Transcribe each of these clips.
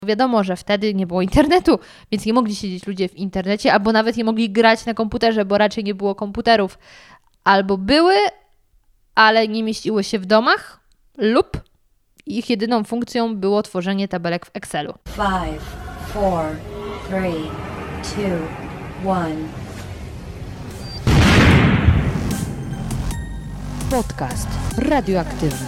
Wiadomo, że wtedy nie było internetu, więc nie mogli siedzieć ludzie w internecie, albo nawet nie mogli grać na komputerze, bo raczej nie było komputerów. Albo były, ale nie mieściły się w domach, lub ich jedyną funkcją było tworzenie tabelek w Excelu. 5, 4, 3, 2, 1. Podcast radioaktywny.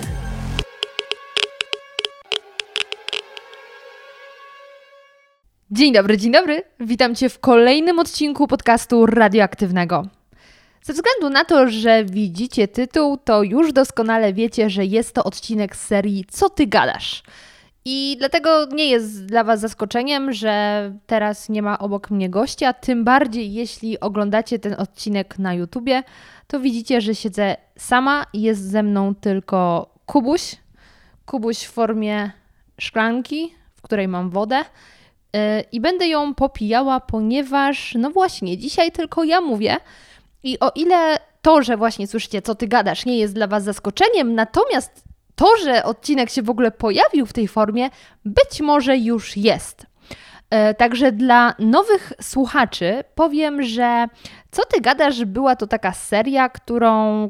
Dzień dobry. Witam Cię w kolejnym odcinku podcastu radioaktywnego. Ze względu na to, że widzicie tytuł, to już doskonale wiecie, że jest to odcinek z serii Co Ty Gadasz? I dlatego nie jest dla Was zaskoczeniem, że teraz nie ma obok mnie gościa, tym bardziej jeśli oglądacie ten odcinek na YouTubie, to widzicie, że siedzę sama, jest ze mną tylko Kubuś. Kubuś w formie szklanki, w której mam wodę. I będę ją popijała, ponieważ, no właśnie, dzisiaj tylko ja mówię. I o ile to, że właśnie słyszycie, co ty gadasz, nie jest dla Was zaskoczeniem, natomiast to, że odcinek się w ogóle pojawił w tej formie, być może już jest. Także dla nowych słuchaczy powiem, że Co ty gadasz była to taka seria, którą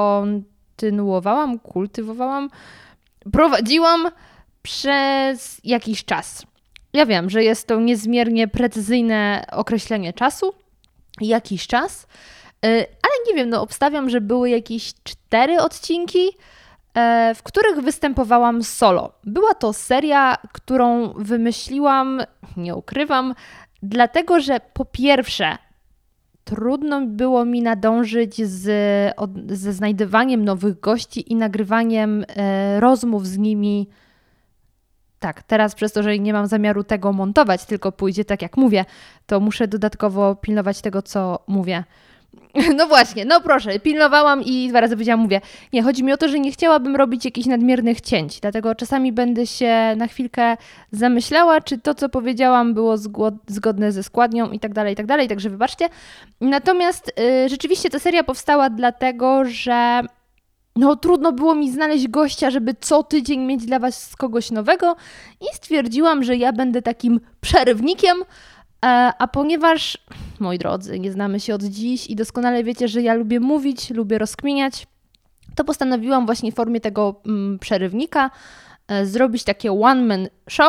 kultywowałam, prowadziłam przez jakiś czas. Ja wiem, że jest to niezmiernie precyzyjne określenie czasu, jakiś czas, ale nie wiem, obstawiam, że były jakieś 4 odcinki, w których występowałam solo. Była to seria, którą wymyśliłam, nie ukrywam, dlatego, że po pierwsze trudno było mi nadążyć ze znajdywaniem nowych gości i nagrywaniem rozmów z nimi. Tak, teraz przez to, że nie mam zamiaru tego montować, tylko pójdzie tak jak mówię, to muszę dodatkowo pilnować tego, co mówię. No właśnie, proszę, pilnowałam i 2 razy powiedziałam, mówię. Nie, chodzi mi o to, że nie chciałabym robić jakichś nadmiernych cięć, dlatego czasami będę się na chwilkę zamyślała, czy to, co powiedziałam, było zgodne ze składnią i tak dalej, także wybaczcie. Natomiast rzeczywiście ta seria powstała dlatego, że trudno było mi znaleźć gościa, żeby co tydzień mieć dla Was kogoś nowego i stwierdziłam, że ja będę takim przerywnikiem, a ponieważ, moi drodzy, nie znamy się od dziś i doskonale wiecie, że ja lubię mówić, lubię rozkminiać, to postanowiłam właśnie w formie tego przerywnika zrobić takie one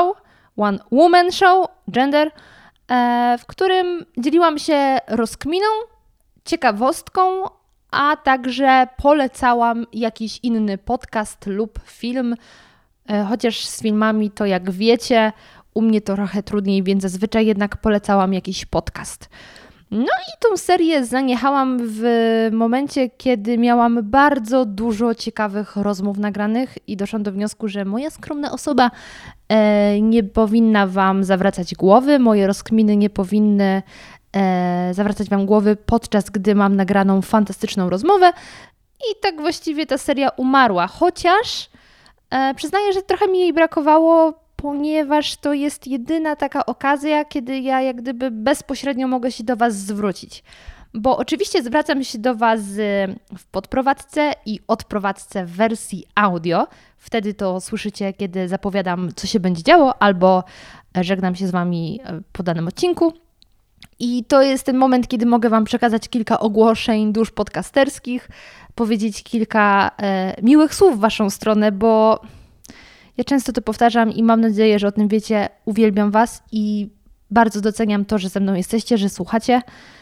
woman show, gender, w którym dzieliłam się rozkminą, ciekawostką, a także polecałam jakiś inny podcast lub film, chociaż z filmami to jak wiecie, u mnie to trochę trudniej, więc zazwyczaj jednak polecałam jakiś podcast. No i tą serię zaniechałam w momencie, kiedy miałam bardzo dużo ciekawych rozmów nagranych i doszłam do wniosku, że moja skromna osoba nie powinna Wam zawracać głowy, moje rozkminy nie powinny zawracać Wam głowy, podczas gdy mam nagraną fantastyczną rozmowę i tak właściwie ta seria umarła, chociaż przyznaję, że trochę mi jej brakowało, ponieważ to jest jedyna taka okazja, kiedy ja jak gdyby bezpośrednio mogę się do Was zwrócić. Bo oczywiście zwracam się do Was w podprowadzce i odprowadzce w wersji audio. Wtedy to słyszycie, kiedy zapowiadam, co się będzie działo, albo żegnam się z Wami po danym odcinku. I to jest ten moment, kiedy mogę Wam przekazać kilka ogłoszeń dusz podcasterskich, powiedzieć kilka miłych słów w Waszą stronę, bo ja często to powtarzam i mam nadzieję, że o tym wiecie, uwielbiam Was i bardzo doceniam to, że ze mną jesteście, że słuchacie.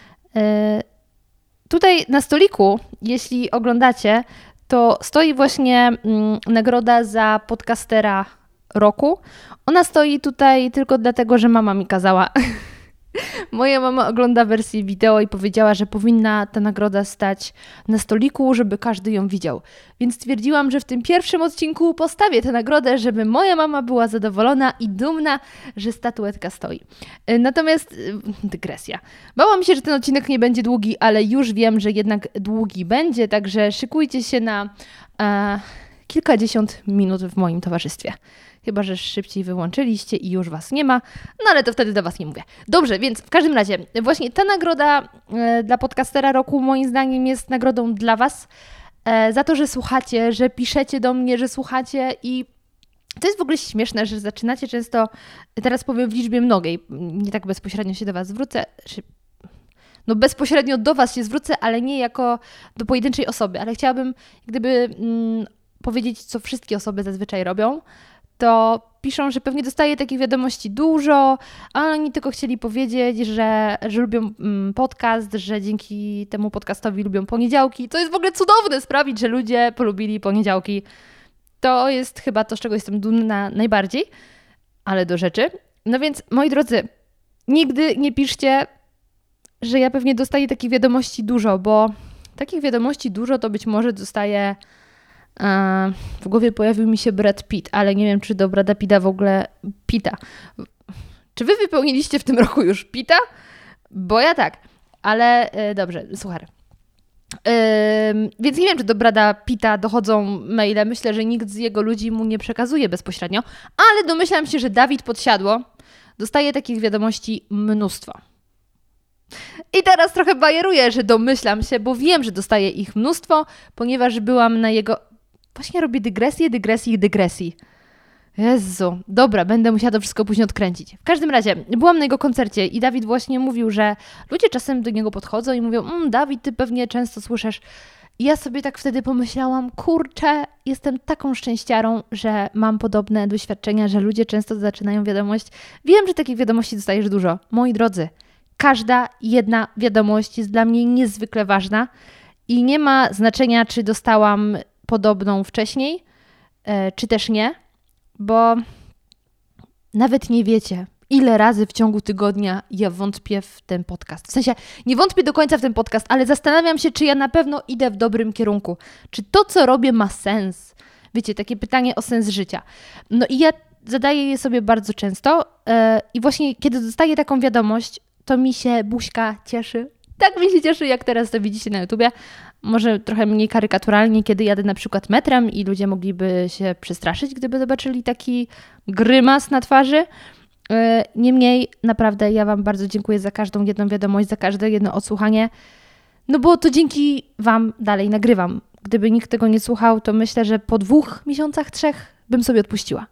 Tutaj na stoliku, jeśli oglądacie, to stoi właśnie nagroda za podcastera roku. Ona stoi tutaj tylko dlatego, że mama mi kazała. Moja mama ogląda wersję wideo i powiedziała, że powinna ta nagroda stać na stoliku, żeby każdy ją widział. Więc stwierdziłam, że w tym pierwszym odcinku postawię tę nagrodę, żeby moja mama była zadowolona i dumna, że statuetka stoi. Natomiast dygresja. Bałam się, że ten odcinek nie będzie długi, ale już wiem, że jednak długi będzie, także szykujcie się na kilkadziesiąt minut w moim towarzystwie. Chyba że szybciej wyłączyliście i już Was nie ma, ale to wtedy do Was nie mówię. Dobrze, więc w każdym razie właśnie ta nagroda dla podcastera roku moim zdaniem jest nagrodą dla Was za to, że słuchacie, że piszecie do mnie, że słuchacie i To jest w ogóle śmieszne, że zaczynacie często, teraz powiem w liczbie mnogiej, nie tak bezpośrednio się do Was zwrócę, no bezpośrednio do Was się zwrócę, ale nie jako do pojedynczej osoby, ale chciałabym gdyby powiedzieć, co wszystkie osoby zazwyczaj robią, to piszą, że pewnie dostaje takich wiadomości dużo, a oni tylko chcieli powiedzieć, że lubią podcast, że dzięki temu podcastowi lubią poniedziałki. To jest w ogóle cudowne sprawić, że ludzie polubili poniedziałki. To jest chyba to, z czego jestem dumna najbardziej, ale do rzeczy. No więc, moi drodzy, nigdy nie piszcie, że ja pewnie dostaję takich wiadomości dużo, bo takich wiadomości dużo to być może dostaję... W głowie pojawił mi się Brad Pitt, ale nie wiem, czy do Brada Pitta w ogóle Pitta. Czy wy wypełniliście w tym roku już Pitta? Bo ja tak, ale dobrze, słuchaj. Więc nie wiem, czy do Brada Pitta dochodzą maile. Myślę, że nikt z jego ludzi mu nie przekazuje bezpośrednio, ale domyślam się, że Dawid Podsiadło dostaje takich wiadomości mnóstwo. I teraz trochę bajeruję, że domyślam się, bo wiem, że dostaję ich mnóstwo, ponieważ byłam na jego... Właśnie robię dygresji. Jezu, dobra, będę musiała to wszystko później odkręcić. W każdym razie, byłam na jego koncercie i Dawid właśnie mówił, że ludzie czasem do niego podchodzą i mówią, Dawid, ty pewnie często słyszysz. I ja sobie tak wtedy pomyślałam, kurczę, jestem taką szczęściarą, że mam podobne doświadczenia, że ludzie często zaczynają wiadomość. Wiem, że takich wiadomości dostajesz dużo. Moi drodzy, każda jedna wiadomość jest dla mnie niezwykle ważna i nie ma znaczenia, czy dostałam podobną wcześniej, czy też nie, bo nawet nie wiecie, ile razy w ciągu tygodnia ja wątpię w ten podcast. W sensie, nie wątpię do końca w ten podcast, ale zastanawiam się, czy ja na pewno idę w dobrym kierunku. Czy to, co robię, ma sens? Wiecie, takie pytanie o sens życia. No i ja zadaję je sobie bardzo często i właśnie kiedy dostaję taką wiadomość, to mi się buźka cieszy. Tak mi się cieszy, jak teraz to widzicie na YouTubie. Może trochę mniej karykaturalnie, kiedy jadę na przykład metrem i ludzie mogliby się przestraszyć, gdyby zobaczyli taki grymas na twarzy. Niemniej, naprawdę ja Wam bardzo dziękuję za każdą jedną wiadomość, za każde jedno odsłuchanie, no bo to dzięki Wam dalej nagrywam. Gdyby nikt tego nie słuchał, to myślę, że po 2 miesiącach, 3 bym sobie odpuściła.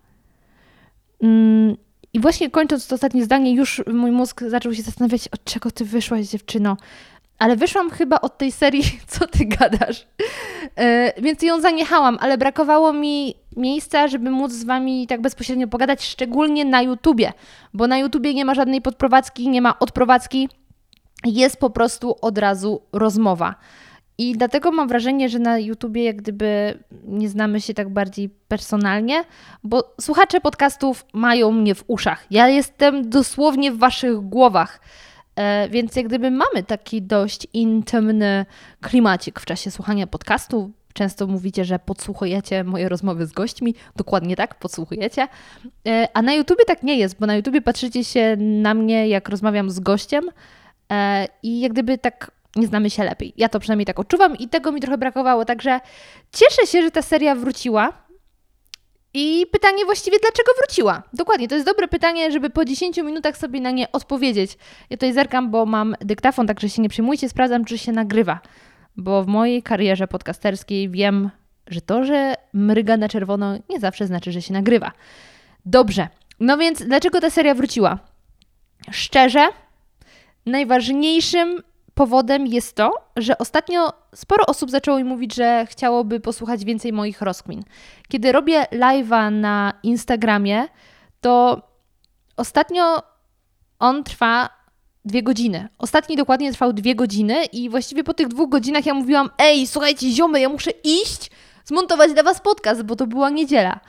I właśnie kończąc to ostatnie zdanie, już mój mózg zaczął się zastanawiać, od czego ty wyszłaś, dziewczyno. Ale wyszłam chyba od tej serii, co ty gadasz. Więc ją zaniechałam, ale brakowało mi miejsca, żeby móc z Wami tak bezpośrednio pogadać, szczególnie na YouTubie. Bo na YouTubie nie ma żadnej podprowadzki, nie ma odprowadzki. Jest po prostu od razu rozmowa. I dlatego mam wrażenie, że na YouTubie jak gdyby nie znamy się tak bardziej personalnie, bo słuchacze podcastów mają mnie w uszach. Ja jestem dosłownie w Waszych głowach. Więc jak gdyby mamy taki dość intymny klimacik w czasie słuchania podcastu. Często mówicie, że podsłuchujecie moje rozmowy z gośćmi. Dokładnie tak, podsłuchujecie. A na YouTubie tak nie jest, bo na YouTubie patrzycie się na mnie, jak rozmawiam z gościem i jak gdyby tak nie znamy się lepiej. Ja to przynajmniej tak odczuwam i tego mi trochę brakowało. Także cieszę się, że ta seria wróciła. I pytanie właściwie, dlaczego wróciła? Dokładnie, to jest dobre pytanie, żeby po 10 minutach sobie na nie odpowiedzieć. Ja tutaj zerkam, bo mam dyktafon, także się nie przejmujcie, sprawdzam, czy się nagrywa. Bo w mojej karierze podcasterskiej wiem, że to, że mryga na czerwono, nie zawsze znaczy, że się nagrywa. Dobrze, no więc dlaczego ta seria wróciła? Szczerze, najważniejszym powodem jest to, że ostatnio sporo osób zaczęło mi mówić, że chciałoby posłuchać więcej moich rozkmin. Kiedy robię live'a na Instagramie, to ostatnio on trwa 2 godziny. Ostatni dokładnie trwał 2 godziny i właściwie po tych 2 godzinach ja mówiłam: ej, słuchajcie, ziomy, ja muszę iść zmontować dla Was podcast, bo to była niedziela.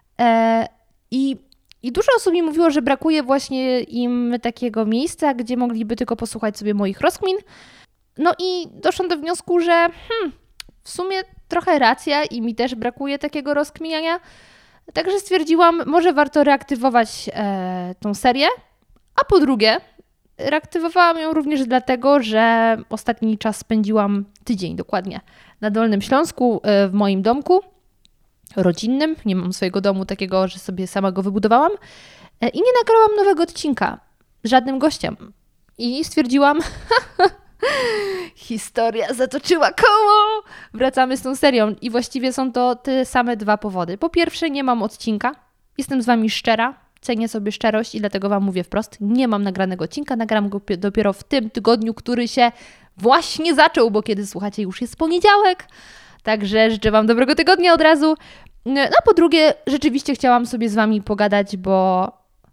I dużo osób mi mówiło, że brakuje właśnie im takiego miejsca, gdzie mogliby tylko posłuchać sobie moich rozkmin. No i doszłam do wniosku, że w sumie trochę racja i mi też brakuje takiego rozkminiania. Także stwierdziłam, może warto reaktywować tą serię. A po drugie, reaktywowałam ją również dlatego, że ostatni czas spędziłam tydzień dokładnie na Dolnym Śląsku w moim domku rodzinnym. Nie mam swojego domu takiego, że sobie sama go wybudowałam. I nie nagrałam nowego odcinka z żadnym gościem. I stwierdziłam, historia zatoczyła koło. Wracamy z tą serią. I właściwie są to te same 2 powody. Po pierwsze, nie mam odcinka. Jestem z Wami szczera, cenię sobie szczerość i dlatego Wam mówię wprost, nie mam nagranego odcinka, nagram go dopiero w tym tygodniu, który się właśnie zaczął, bo kiedy słuchacie, już jest poniedziałek. Także życzę Wam dobrego tygodnia od razu. No po drugie, rzeczywiście chciałam sobie z Wami pogadać, bo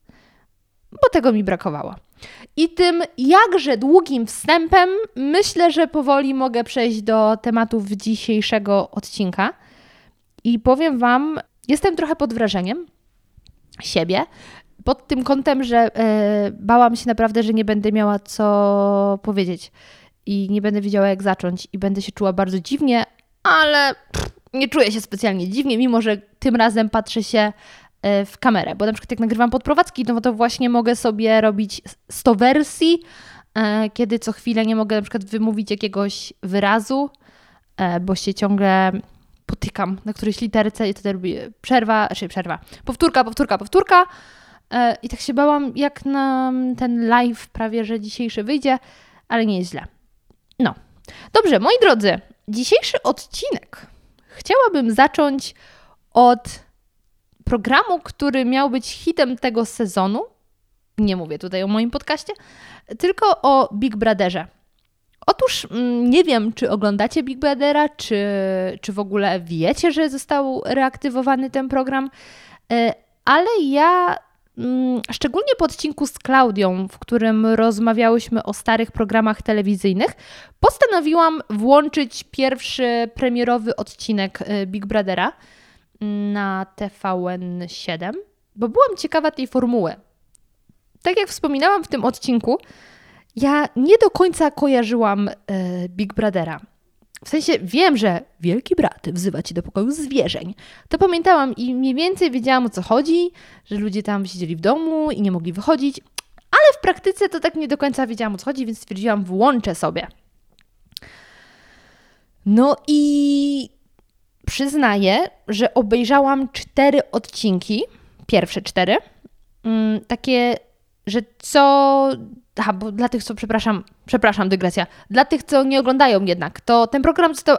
tego mi brakowało. I tym jakże długim wstępem myślę, że powoli mogę przejść do tematów dzisiejszego odcinka. I powiem Wam, jestem trochę pod wrażeniem siebie, pod tym kątem, że bałam się naprawdę, że nie będę miała co powiedzieć i nie będę wiedziała, jak zacząć i będę się czuła bardzo dziwnie, ale nie czuję się specjalnie dziwnie, mimo że tym razem patrzę się w kamerę, bo na przykład jak nagrywam podprowadzki, no to właśnie mogę sobie robić 100 wersji, kiedy co chwilę nie mogę na przykład wymówić jakiegoś wyrazu, bo się ciągle potykam na którejś literce i wtedy robię przerwa, powtórka. I tak się bałam, jak nam ten live prawie, że dzisiejszy wyjdzie, ale nie jest źle. No. Dobrze, moi drodzy, dzisiejszy odcinek chciałabym zacząć od programu, który miał być hitem tego sezonu. Nie mówię tutaj o moim podcaście, tylko o Big Brotherze. Otóż nie wiem, czy oglądacie Big Brothera, czy w ogóle wiecie, że został reaktywowany ten program, ale ja szczególnie po odcinku z Klaudią, w którym rozmawiałyśmy o starych programach telewizyjnych, postanowiłam włączyć pierwszy premierowy odcinek Big Brothera na TVN7, bo byłam ciekawa tej formuły. Tak jak wspominałam w tym odcinku, ja nie do końca kojarzyłam Big Brothera. W sensie wiem, że wielki brat wzywa cię do pokoju zwierzeń. To pamiętałam i mniej więcej wiedziałam, o co chodzi, że ludzie tam siedzieli w domu i nie mogli wychodzić, ale w praktyce to tak nie do końca wiedziałam, o co chodzi, więc stwierdziłam, włączę sobie. No i przyznaję, że obejrzałam 4 odcinki, pierwsze 4, takie, że co... bo dla tych, co, przepraszam, dygresja. Dla tych, co nie oglądają jednak, to ten program został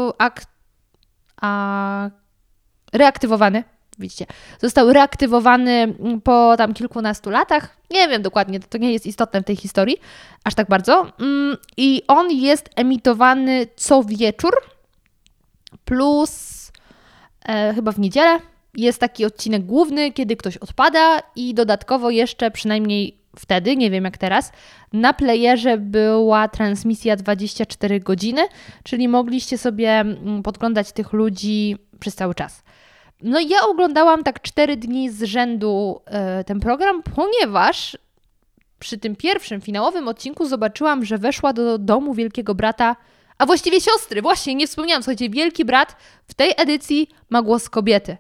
reaktywowany. Widzicie, został reaktywowany po tam kilkunastu latach. Nie wiem dokładnie, to nie jest istotne w tej historii, aż tak bardzo. I on jest emitowany co wieczór, plus chyba w niedzielę jest taki odcinek główny, kiedy ktoś odpada i dodatkowo jeszcze przynajmniej wtedy, nie wiem jak teraz, na playerze była transmisja 24 godziny, czyli mogliście sobie podglądać tych ludzi przez cały czas. No i ja oglądałam tak 4 dni z rzędu ten program, ponieważ przy tym pierwszym, finałowym odcinku zobaczyłam, że weszła do domu Wielkiego Brata, a właściwie siostry, właśnie nie wspomniałam, słuchajcie, Wielki Brat w tej edycji ma głos kobiety.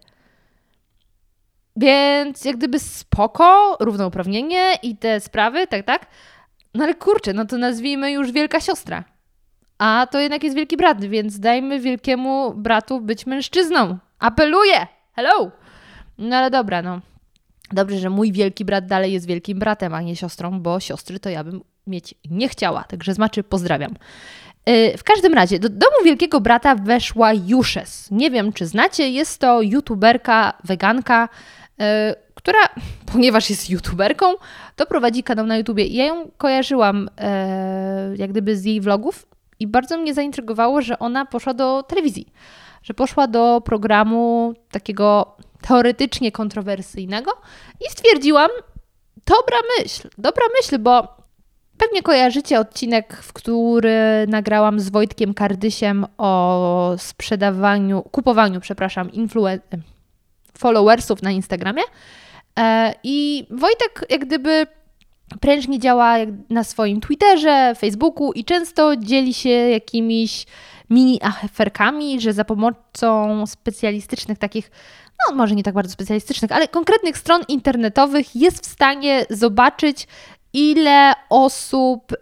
Więc jak gdyby spoko, równouprawnienie i te sprawy, tak. No ale kurczę, no to nazwijmy już Wielka Siostra. A to jednak jest Wielki Brat, więc dajmy Wielkiemu Bratu być mężczyzną. Apeluję! Hello! No ale dobra, no. Dobrze, że mój Wielki Brat dalej jest Wielkim Bratem, a nie siostrą, bo siostry to ja bym mieć nie chciała. Także znaczy pozdrawiam. W każdym razie, do domu Wielkiego Brata weszła Juszes. Nie wiem, czy znacie, jest to youtuberka, weganka, która, ponieważ jest youtuberką, to prowadzi kanał na YouTubie. Ja ją kojarzyłam jak gdyby z jej vlogów i bardzo mnie zaintrygowało, że ona poszła do telewizji, że poszła do programu takiego teoretycznie kontrowersyjnego i stwierdziłam, dobra myśl, bo pewnie kojarzycie odcinek, w który nagrałam z Wojtkiem Kardysiem o kupowaniu followersów na Instagramie. I Wojtek jak gdyby prężnie działa na swoim Twitterze, Facebooku i często dzieli się jakimiś mini aferkami, że za pomocą specjalistycznych takich, no może nie tak bardzo specjalistycznych, ale konkretnych stron internetowych jest w stanie zobaczyć, ile osób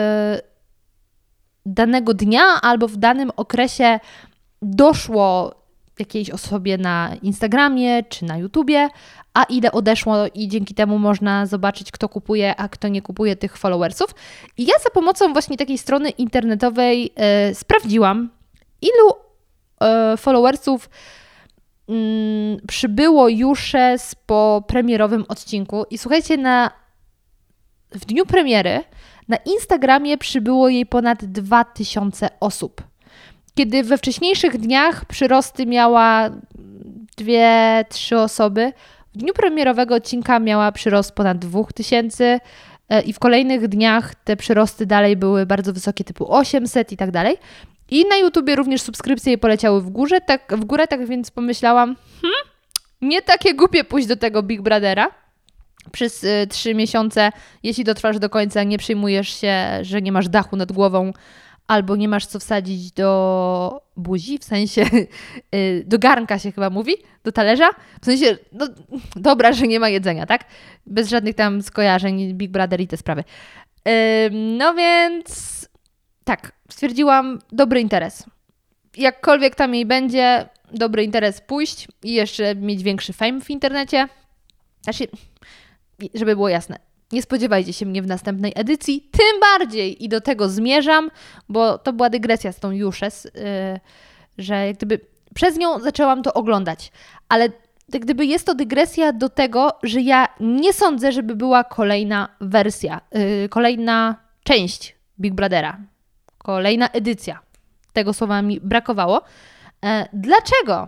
danego dnia albo w danym okresie doszło jakiejś osobie na Instagramie czy na YouTubie, a ile odeszło i dzięki temu można zobaczyć, kto kupuje, a kto nie kupuje tych followersów. I ja za pomocą właśnie takiej strony internetowej sprawdziłam, ilu followersów przybyło Juszes po premierowym odcinku i słuchajcie, w dniu premiery na Instagramie przybyło jej ponad 2000 osób. Kiedy we wcześniejszych dniach przyrosty miała 2-3 osoby, w dniu premierowego odcinka miała przyrost ponad 2000 i w kolejnych dniach te przyrosty dalej były bardzo wysokie, typu 800 i tak dalej. I na YouTubie również subskrypcje jej poleciały w górę, tak więc pomyślałam, nie takie głupie pójść do tego Big Brothera. Przez 3 miesiące, jeśli dotrwasz do końca, nie przejmujesz się, że nie masz dachu nad głową albo nie masz co wsadzić do buzi, w sensie do garnka się chyba mówi, do talerza. W sensie, no dobra, że nie ma jedzenia, tak? Bez żadnych tam skojarzeń, Big Brother i te sprawy. No więc tak, stwierdziłam, dobry interes. Jakkolwiek tam jej będzie, dobry interes pójść i jeszcze mieć większy fame w internecie. Znaczy, żeby było jasne, nie spodziewajcie się mnie w następnej edycji, tym bardziej i do tego zmierzam, bo to była dygresja z tą Juszes, że jak gdyby przez nią zaczęłam to oglądać, ale jak gdyby jest to dygresja do tego, że ja nie sądzę, żeby była kolejna wersja, kolejna część Big Brothera, kolejna edycja. Tego słowa mi brakowało. Dlaczego?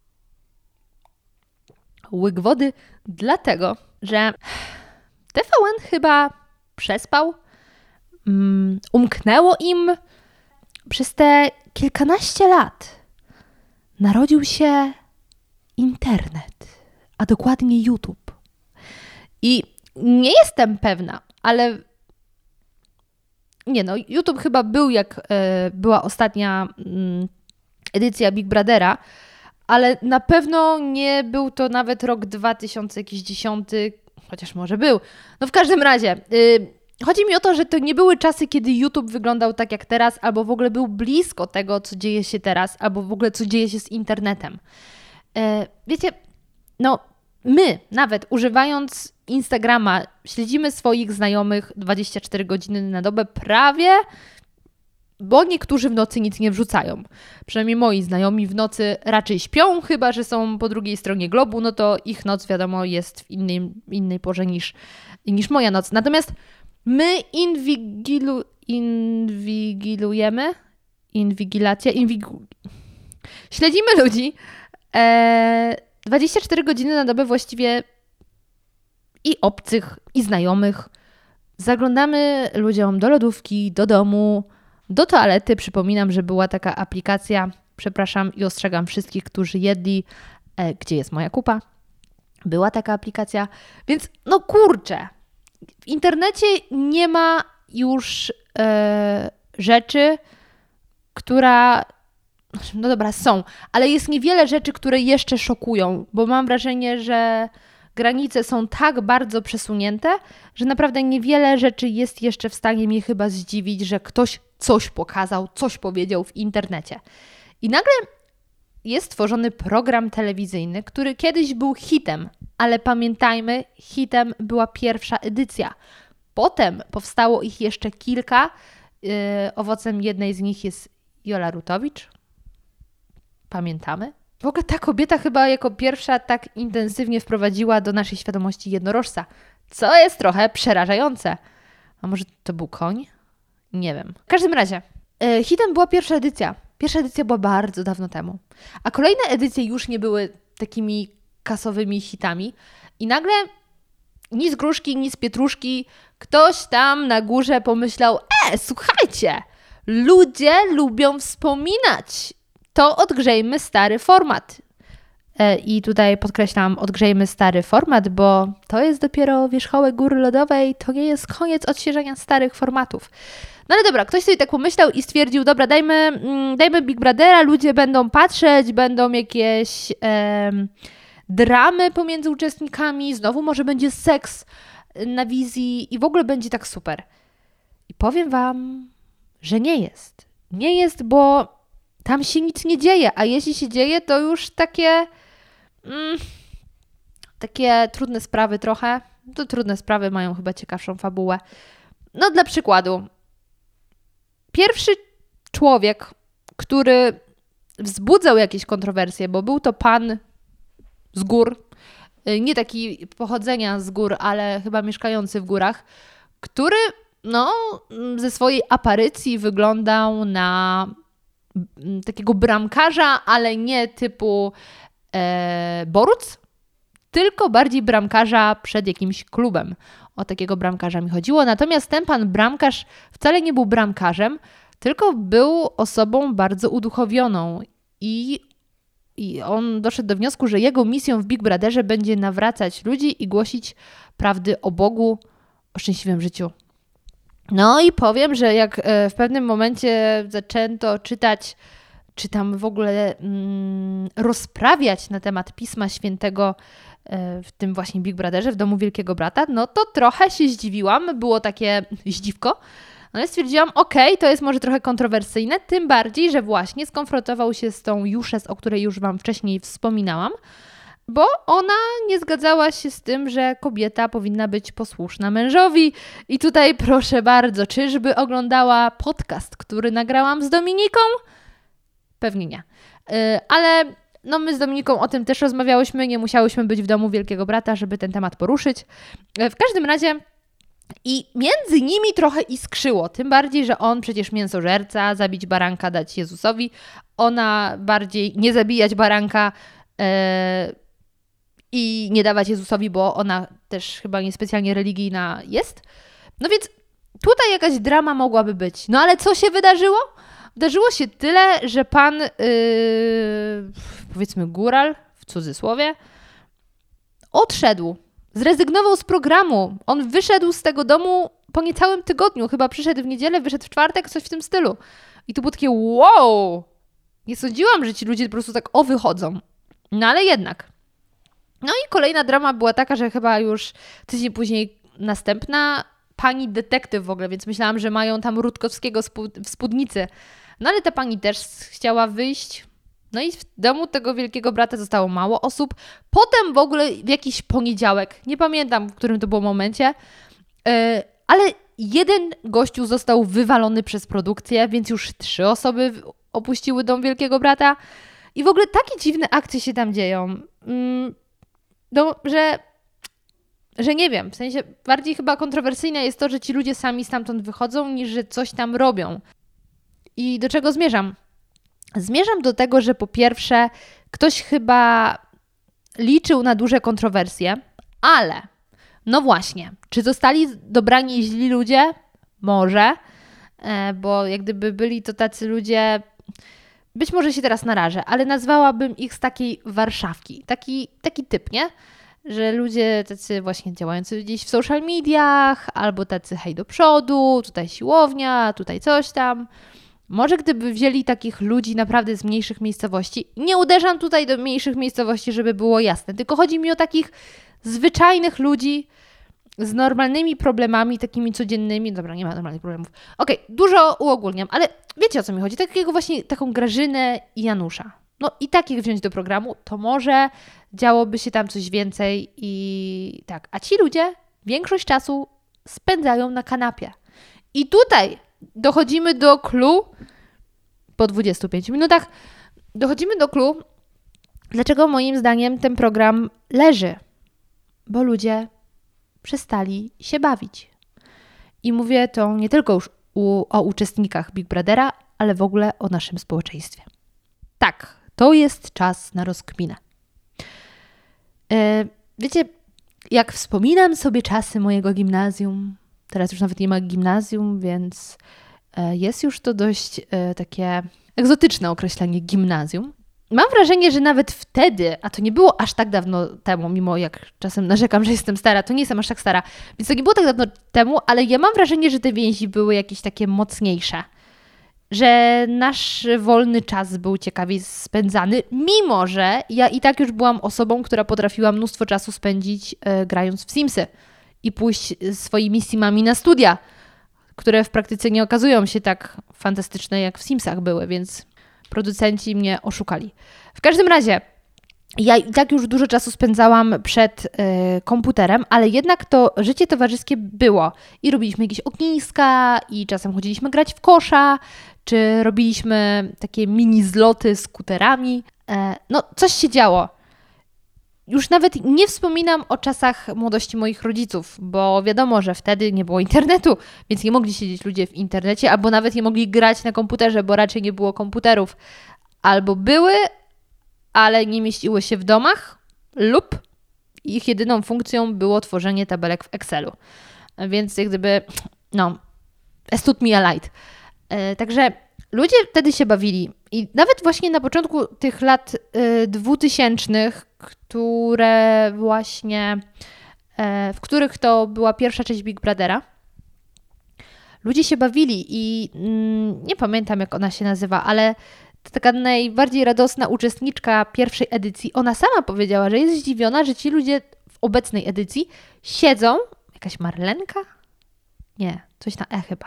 Łyk wody. Dlatego, że TVN chyba przespał, umknęło im. Przez te kilkanaście lat narodził się internet, a dokładnie YouTube. I nie jestem pewna, ale nie no, YouTube chyba był jak była ostatnia edycja Big Brothera, ale na pewno nie był to nawet rok 2010, chociaż może był. No w każdym razie, chodzi mi o to, że to nie były czasy, kiedy YouTube wyglądał tak jak teraz, albo w ogóle był blisko tego, co dzieje się teraz, albo w ogóle co dzieje się z internetem. Wiecie, no my nawet używając Instagrama śledzimy swoich znajomych 24 godziny na dobę prawie, bo niektórzy w nocy nic nie wrzucają. Przynajmniej moi znajomi w nocy raczej śpią, chyba że są po drugiej stronie globu, no to ich noc wiadomo jest w innej porze niż moja noc. Natomiast my śledzimy ludzi 24 godziny na dobę właściwie i obcych, i znajomych. Zaglądamy ludziom do lodówki, do domu, do toalety. Przypominam, że była taka aplikacja, przepraszam i ostrzegam wszystkich, którzy jedli, gdzie jest moja kupa. Była taka aplikacja, więc no kurczę, w internecie nie ma już rzeczy, która... No dobra, są, ale jest niewiele rzeczy, które jeszcze szokują, bo mam wrażenie, że granice są tak bardzo przesunięte, że naprawdę niewiele rzeczy jest jeszcze w stanie mnie chyba zdziwić, że ktoś coś pokazał, coś powiedział w internecie. I nagle jest tworzony program telewizyjny, który kiedyś był hitem, ale pamiętajmy, hitem była pierwsza edycja. Potem powstało ich jeszcze kilka. Owocem jednej z nich jest Jola Rutowicz. Pamiętamy? W ogóle ta kobieta chyba jako pierwsza tak intensywnie wprowadziła do naszej świadomości jednorożca, co jest trochę przerażające. A może to był koń? Nie wiem. W każdym razie, hitem była pierwsza edycja. Pierwsza edycja była bardzo dawno temu. A kolejne edycje już nie były takimi kasowymi hitami. I nagle ni z gruszki, ni z pietruszki ktoś tam na górze pomyślał, słuchajcie, ludzie lubią wspominać. To odgrzejmy stary format. I tutaj podkreślam, odgrzejmy stary format, bo to jest dopiero wierzchołek góry lodowej, to nie jest koniec odświeżania starych formatów. No ale dobra, ktoś sobie tak pomyślał i stwierdził, dobra, dajmy Big Brothera, ludzie będą patrzeć, będą jakieś dramy pomiędzy uczestnikami, znowu może będzie seks na wizji i w ogóle będzie tak super. I powiem Wam, że nie jest. Nie jest, bo tam się nic nie dzieje, a jeśli się dzieje, to już takie trudne sprawy trochę. To trudne sprawy mają chyba ciekawszą fabułę. No dla przykładu, pierwszy człowiek, który wzbudzał jakieś kontrowersje, bo był to pan z gór, nie taki pochodzenia z gór, ale chyba mieszkający w górach, który ze swojej aparycji wyglądał na takiego bramkarza, ale nie typu Boruc, tylko bardziej bramkarza przed jakimś klubem. O takiego bramkarza mi chodziło. Natomiast ten pan bramkarz wcale nie był bramkarzem, tylko był osobą bardzo uduchowioną i on doszedł do wniosku, że jego misją w Big Brotherze będzie nawracać ludzi i głosić prawdy o Bogu, o szczęśliwym życiu. No i powiem, że jak w pewnym momencie zaczęto czytać, czy tam w ogóle rozprawiać na temat Pisma Świętego w tym właśnie Big Brotherze, w Domu Wielkiego Brata, no to trochę się zdziwiłam, było takie zdziwko, ale stwierdziłam, to jest może trochę kontrowersyjne, tym bardziej, że właśnie skonfrontował się z tą Juszes, o której już Wam wcześniej wspominałam, bo ona nie zgadzała się z tym, że kobieta powinna być posłuszna mężowi. I tutaj proszę bardzo, czyżby oglądała podcast, który nagrałam z Dominiką? Pewnie nie. Ale my z Dominiką o tym też rozmawiałyśmy, nie musiałyśmy być w Domu Wielkiego Brata, żeby ten temat poruszyć. W każdym razie i między nimi trochę iskrzyło, tym bardziej, że on przecież mięsożerca, zabić baranka dać Jezusowi, ona bardziej nie zabijać baranka i nie dawać Jezusowi, bo ona też chyba niespecjalnie religijna jest. No więc tutaj jakaś drama mogłaby być. No ale co się wydarzyło? Wydarzyło się tyle, że pan, powiedzmy góral, w cudzysłowie, odszedł. Zrezygnował z programu. On wyszedł z tego domu po niecałym tygodniu. Chyba przyszedł w niedzielę, wyszedł w czwartek, coś w tym stylu. I to było takie wow! Nie sądziłam, że ci ludzie po prostu tak wychodzą. No ale jednak. No i kolejna drama była taka, że chyba już tydzień później następna pani detektyw w ogóle, więc myślałam, że mają tam Rutkowskiego w spódnicy. No ale ta pani też chciała wyjść. No i w domu tego Wielkiego Brata zostało mało osób. Potem w ogóle w jakiś poniedziałek, nie pamiętam, w którym to było momencie, ale jeden gościu został wywalony przez produkcję, więc już 3 osoby opuściły dom Wielkiego Brata. I w ogóle takie dziwne akcje się tam dzieją. No, że nie wiem, w sensie bardziej chyba kontrowersyjne jest to, że ci ludzie sami stamtąd wychodzą, niż że coś tam robią. I do czego zmierzam? Zmierzam do tego, że po pierwsze ktoś chyba liczył na duże kontrowersje, ale no właśnie, czy zostali dobrani źli ludzie? Może, bo jak gdyby byli to tacy ludzie, być może się teraz narażę, ale nazwałabym ich z takiej Warszawki, taki typ, nie? Że ludzie tacy właśnie działający gdzieś w social mediach, albo tacy hej do przodu, tutaj siłownia, tutaj coś tam. Może gdyby wzięli takich ludzi naprawdę z mniejszych miejscowości, nie uderzam tutaj do mniejszych miejscowości, żeby było jasne, tylko chodzi mi o takich zwyczajnych ludzi z normalnymi problemami, takimi codziennymi. Dobra, nie ma normalnych problemów. Okej, dużo uogólniam, ale wiecie, o co mi chodzi? Taką Grażynę i Janusza. No i takich wziąć do programu, to może działoby się tam coś więcej i tak. A ci ludzie większość czasu spędzają na kanapie. I tutaj dochodzimy do clou, po 25 minutach, dochodzimy do clou, dlaczego moim zdaniem ten program leży. Bo ludzie przestali się bawić. I mówię to nie tylko już o uczestnikach Big Brothera, ale w ogóle o naszym społeczeństwie. Tak, to jest czas na rozkminę. Wiecie, jak wspominam sobie czasy mojego gimnazjum, teraz już nawet nie ma gimnazjum, więc jest już to dość takie egzotyczne określenie gimnazjum. Mam wrażenie, że nawet wtedy, a to nie było aż tak dawno temu, mimo jak czasem narzekam, że jestem stara, to nie jestem aż tak stara, więc to nie było tak dawno temu, ale ja mam wrażenie, że te więzi były jakieś takie mocniejsze. Że nasz wolny czas był ciekawiej spędzany, mimo że ja i tak już byłam osobą, która potrafiła mnóstwo czasu spędzić grając w Simsy i pójść swoimi simami na studia, które w praktyce nie okazują się tak fantastyczne, jak w Simsach były, więc producenci mnie oszukali. W każdym razie, ja i tak już dużo czasu spędzałam przed komputerem, ale jednak to życie towarzyskie było. I robiliśmy jakieś ogniska, i czasem chodziliśmy grać w kosza, czy robiliśmy takie mini zloty skuterami. No, coś się działo. już nawet nie wspominam o czasach młodości moich rodziców, bo wiadomo, że wtedy nie było internetu, więc nie mogli siedzieć ludzie w internecie, albo nawet nie mogli grać na komputerze, bo raczej nie było komputerów. Albo były, ale nie mieściły się w domach, lub ich jedyną funkcją było tworzenie tabelek w Excelu. Więc jak gdyby, es tut mir leid. Także ludzie wtedy się bawili i nawet właśnie na początku tych lat 2000, które właśnie, w których to była pierwsza część Big Brothera, ludzie się bawili i nie pamiętam, jak ona się nazywa, ale to taka najbardziej radosna uczestniczka pierwszej edycji, ona sama powiedziała, że jest zdziwiona, że ci ludzie w obecnej edycji siedzą, jakaś Marlenka? Nie, coś na chyba.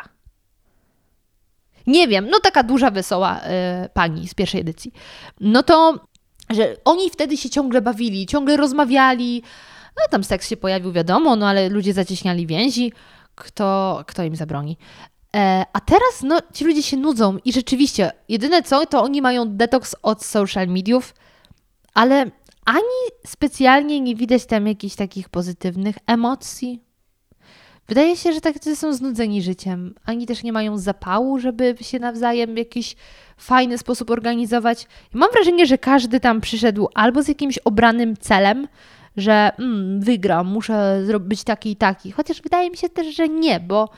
Nie wiem, taka duża, wesoła pani z pierwszej edycji. No to, że oni wtedy się ciągle bawili, ciągle rozmawiali. No tam seks się pojawił, wiadomo, ale ludzie zacieśniali więzi. Kto im zabroni? A teraz, ci ludzie się nudzą i rzeczywiście, jedyne co, to oni mają detoks od social mediów, ale ani specjalnie nie widać tam jakichś takich pozytywnych emocji. Wydaje się, że tak są znudzeni życiem. Ani też nie mają zapału, żeby się nawzajem w jakiś fajny sposób organizować. I mam wrażenie, że każdy tam przyszedł albo z jakimś obranym celem, że wygram, muszę być taki i taki. Chociaż wydaje mi się też, że nie, bo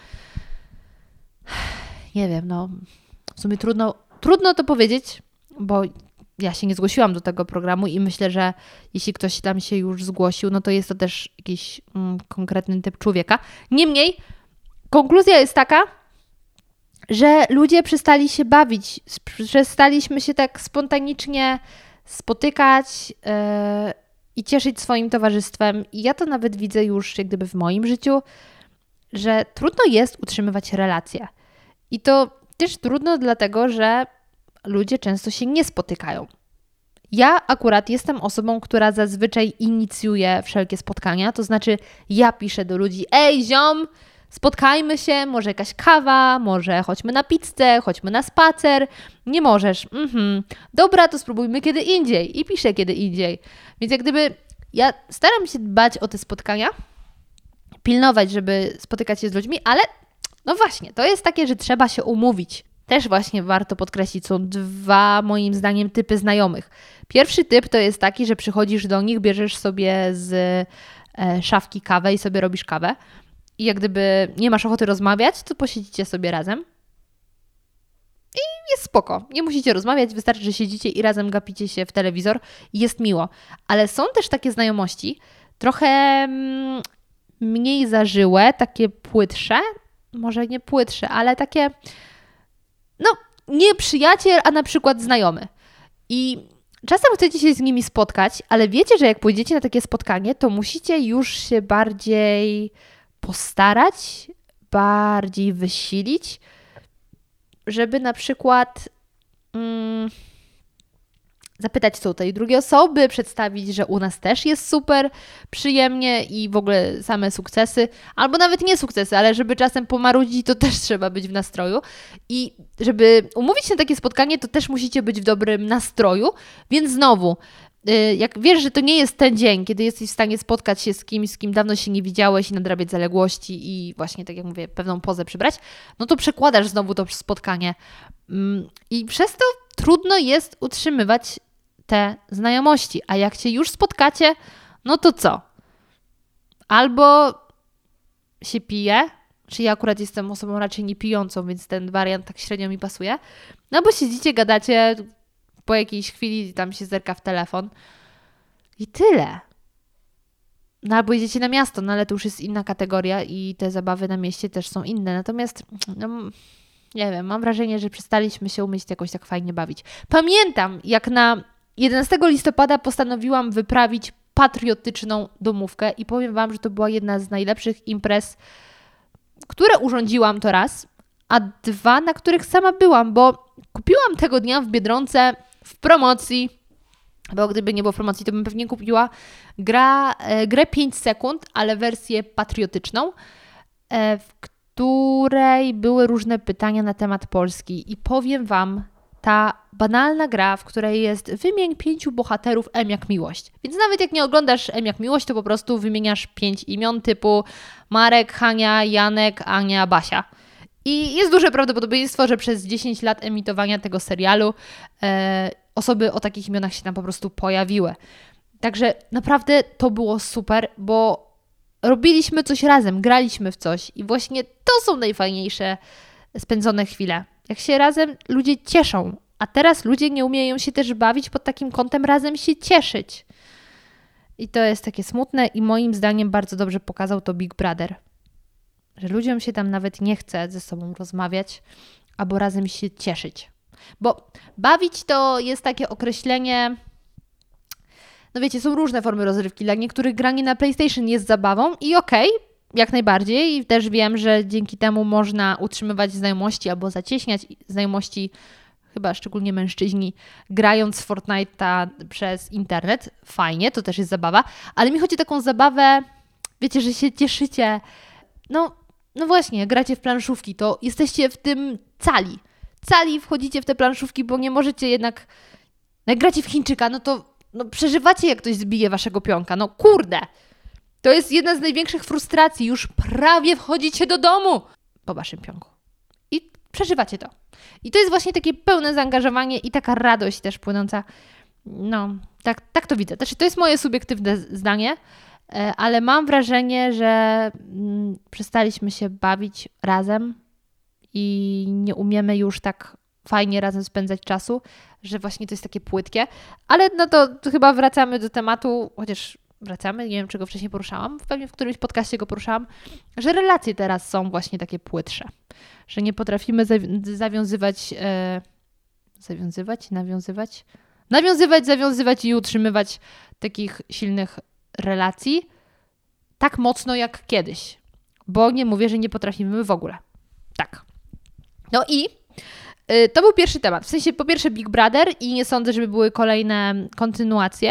nie wiem, w sumie trudno to powiedzieć, bo ja się nie zgłosiłam do tego programu i myślę, że jeśli ktoś tam się już zgłosił, to jest to też jakiś konkretny typ człowieka. Niemniej konkluzja jest taka, że ludzie przestali się bawić, przestaliśmy się tak spontanicznie spotykać i cieszyć swoim towarzystwem. I ja to nawet widzę już jak gdyby w moim życiu, że trudno jest utrzymywać relacje. I to też trudno dlatego, że ludzie często się nie spotykają. Ja akurat jestem osobą, która zazwyczaj inicjuje wszelkie spotkania, to znaczy ja piszę do ludzi: ej ziom, spotkajmy się, może jakaś kawa, może chodźmy na pizzę, chodźmy na spacer. Nie możesz. Dobra, to spróbujmy kiedy indziej. I piszę kiedy indziej. Więc jak gdyby ja staram się dbać o te spotkania, pilnować, żeby spotykać się z ludźmi, ale właśnie, to jest takie, że trzeba się umówić. Też właśnie warto podkreślić, są dwa, moim zdaniem, typy znajomych. Pierwszy typ to jest taki, że przychodzisz do nich, bierzesz sobie z szafki kawę i sobie robisz kawę. I jak gdyby nie masz ochoty rozmawiać, to posiedzicie sobie razem. I jest spoko. Nie musicie rozmawiać, wystarczy, że siedzicie i razem gapicie się w telewizor i jest miło. Ale są też takie znajomości, trochę mniej zażyłe, takie płytsze, może nie płytsze, ale takie nie przyjaciel, a na przykład znajomy. I czasem chcecie się z nimi spotkać, ale wiecie, że jak pójdziecie na takie spotkanie, to musicie już się bardziej postarać, bardziej wysilić, żeby na przykład zapytać co u tej drugiej osoby, przedstawić, że u nas też jest super, przyjemnie i w ogóle same sukcesy, albo nawet nie sukcesy, ale żeby czasem pomarudzić, to też trzeba być w nastroju. I żeby umówić się na takie spotkanie, to też musicie być w dobrym nastroju, więc znowu, jak wiesz, że to nie jest ten dzień, kiedy jesteś w stanie spotkać się z kimś, z kim dawno się nie widziałeś i nadrabiać zaległości i właśnie, tak jak mówię, pewną pozę przybrać, to przekładasz znowu to spotkanie. I przez to trudno jest utrzymywać te znajomości. A jak się już spotkacie, to co? Albo się pije, czy ja akurat jestem osobą raczej niepijącą, więc ten wariant tak średnio mi pasuje, bo siedzicie, gadacie, po jakiejś chwili tam się zerka w telefon i tyle. Albo idziecie na miasto, ale to już jest inna kategoria i te zabawy na mieście też są inne. Natomiast nie wiem, mam wrażenie, że przestaliśmy się umieć jakoś tak fajnie bawić. Pamiętam, jak na 11 listopada postanowiłam wyprawić patriotyczną domówkę i powiem Wam, że to była jedna z najlepszych imprez, które urządziłam to raz, a dwa, na których sama byłam, bo kupiłam tego dnia w Biedronce w promocji, bo gdyby nie było promocji, to bym pewnie kupiła grę 5 sekund, ale wersję patriotyczną, w której były różne pytania na temat Polski. I powiem Wam, ta banalna gra, w której jest wymień 5 bohaterów M jak miłość. Więc nawet jak nie oglądasz M jak miłość, to po prostu wymieniasz 5 imion typu Marek, Hania, Janek, Ania, Basia. I jest duże prawdopodobieństwo, że przez 10 lat emitowania tego serialu osoby o takich imionach się tam po prostu pojawiły. Także naprawdę to było super, bo robiliśmy coś razem, graliśmy w coś i właśnie to są najfajniejsze spędzone chwile. Jak się razem ludzie cieszą, a teraz ludzie nie umieją się też bawić pod takim kątem razem się cieszyć. I to jest takie smutne i moim zdaniem bardzo dobrze pokazał to Big Brother. Że ludziom się tam nawet nie chce ze sobą rozmawiać, albo razem się cieszyć. Bo bawić to jest takie określenie... No wiecie, są różne formy rozrywki. Dla niektórych granie na PlayStation jest zabawą i okej, jak najbardziej. I też wiem, że dzięki temu można utrzymywać znajomości albo zacieśniać znajomości, chyba szczególnie mężczyźni, grając w Fortnite'a przez internet. Fajnie, to też jest zabawa. Ale mi chodzi o taką zabawę, wiecie, że się cieszycie. No właśnie, gracie w planszówki, to jesteście w tym cali wchodzicie w te planszówki, bo nie możecie jednak... Jak gracie w Chińczyka, no to przeżywacie, jak ktoś zbije waszego pionka. No kurde! To jest jedna z największych frustracji. Już prawie wchodzicie do domu po waszym pionku. I przeżywacie to. I to jest właśnie takie pełne zaangażowanie i taka radość też płynąca. No, tak to widzę. To jest moje subiektywne zdanie, ale mam wrażenie, że przestaliśmy się bawić razem i nie umiemy już tak fajnie razem spędzać czasu, że właśnie to jest takie płytkie. Ale no to chyba wracamy do tematu, chociaż wracamy, nie wiem, czego wcześniej poruszałam, pewnie w którymś podcaście go poruszałam, że relacje teraz są właśnie takie płytsze, że nie potrafimy nawiązywać i utrzymywać takich silnych relacji tak mocno jak kiedyś, bo nie mówię, że nie potrafimy w ogóle. Tak. No i to był pierwszy temat. W sensie po pierwsze Big Brother i nie sądzę, żeby były kolejne kontynuacje.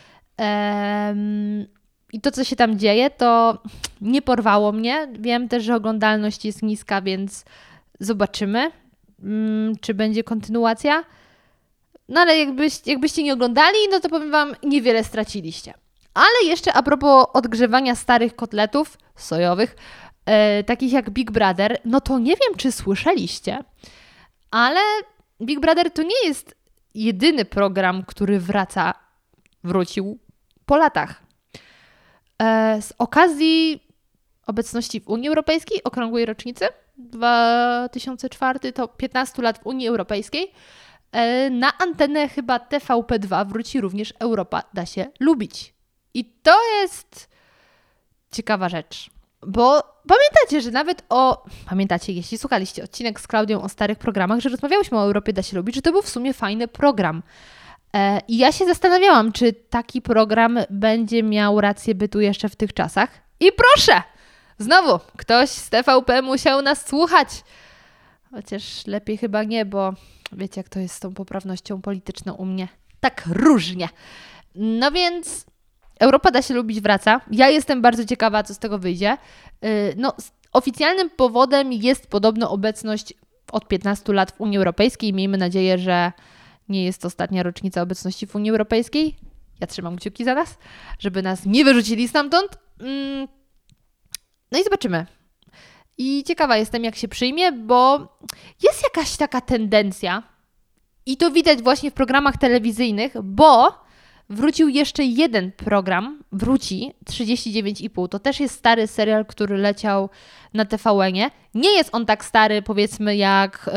I to, co się tam dzieje, to nie porwało mnie. Wiem też, że oglądalność jest niska, więc zobaczymy, czy będzie kontynuacja. No ale jakbyście nie oglądali, no to powiem wam, niewiele straciliście. Ale jeszcze a propos odgrzewania starych kotletów sojowych, takich jak Big Brother, no to nie wiem, czy słyszeliście, ale Big Brother to nie jest jedyny program, który wrócił po latach. Z okazji obecności w Unii Europejskiej, okrągłej rocznicy, 2004 to 15 lat w Unii Europejskiej, na antenę chyba TVP2 wróci również Europa da się lubić. I to jest ciekawa rzecz. Bo pamiętacie, że pamiętacie, jeśli słuchaliście odcinek z Klaudią o starych programach, że rozmawiałyśmy o Europie da się lubić, że to był w sumie fajny program. I ja się zastanawiałam, czy taki program będzie miał rację bytu jeszcze w tych czasach. I proszę! Znowu, ktoś z TVP musiał nas słuchać. Chociaż lepiej chyba nie, bo wiecie, jak to jest z tą poprawnością polityczną u mnie. Tak różnie. No więc Europa da się lubić wraca. Ja jestem bardzo ciekawa, co z tego wyjdzie. Oficjalnym powodem jest podobno obecność od 15 lat w Unii Europejskiej. Miejmy nadzieję, że nie jest to ostatnia rocznica obecności w Unii Europejskiej. Ja trzymam kciuki za nas, żeby nas nie wyrzucili stamtąd. No i zobaczymy. I ciekawa jestem, jak się przyjmie, bo jest jakaś taka tendencja i to widać właśnie w programach telewizyjnych, bo wrócił jeszcze jeden program, 39,5. To też jest stary serial, który leciał na TVN-ie. Nie jest on tak stary, powiedzmy, jak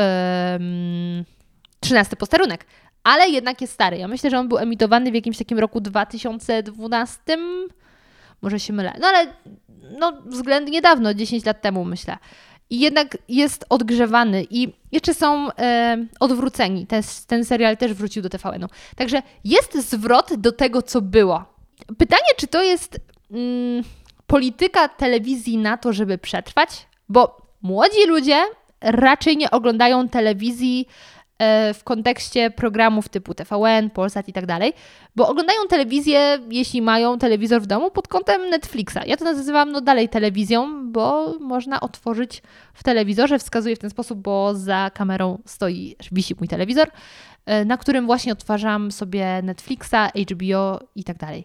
13 posterunek, ale jednak jest stary. Ja myślę, że on był emitowany w jakimś takim roku 2012, może się mylę, no ale względnie niedawno, 10 lat temu myślę. I jednak jest odgrzewany i jeszcze są odwróceni. Ten serial też wrócił do TVN-u. Także jest zwrot do tego, co było. Pytanie, czy to jest polityka telewizji na to, żeby przetrwać? Bo młodzi ludzie raczej nie oglądają telewizji w kontekście programów typu TVN, Polsat i tak dalej, bo oglądają telewizję, jeśli mają telewizor w domu, pod kątem Netflixa. Ja to nazywam dalej telewizją, bo można otworzyć w telewizorze, wskazuję w ten sposób, bo za kamerą wisi mój telewizor, na którym właśnie odtwarzam sobie Netflixa, HBO i tak dalej.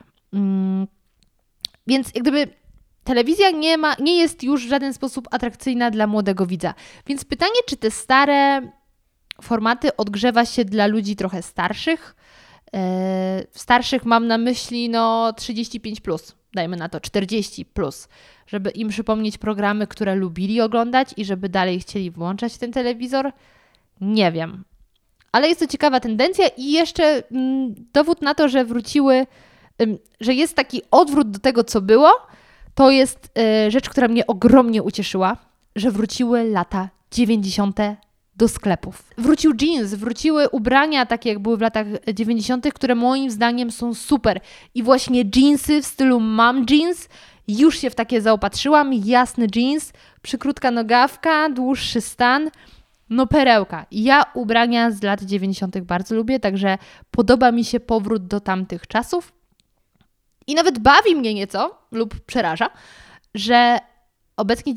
Więc jak gdyby telewizja nie jest już w żaden sposób atrakcyjna dla młodego widza. Więc pytanie, czy te stare formaty odgrzewa się dla ludzi trochę starszych? Starszych mam na myśli 35+, dajmy na to 40+, żeby im przypomnieć programy, które lubili oglądać i żeby dalej chcieli włączać ten telewizor? Nie wiem. Ale jest to ciekawa tendencja i jeszcze dowód na to, że wróciły, że jest taki odwrót do tego, co było, to jest rzecz, która mnie ogromnie ucieszyła, że wróciły lata 90. do sklepów. Wrócił jeans, wróciły ubrania takie jak były w latach 90., które moim zdaniem są super. I właśnie jeansy w stylu mom jeans, już się w takie zaopatrzyłam, jasny jeans, przykrótka nogawka, dłuższy stan, perełka. Ja ubrania z lat 90. bardzo lubię, także podoba mi się powrót do tamtych czasów. I nawet bawi mnie nieco, lub przeraża, że obecnie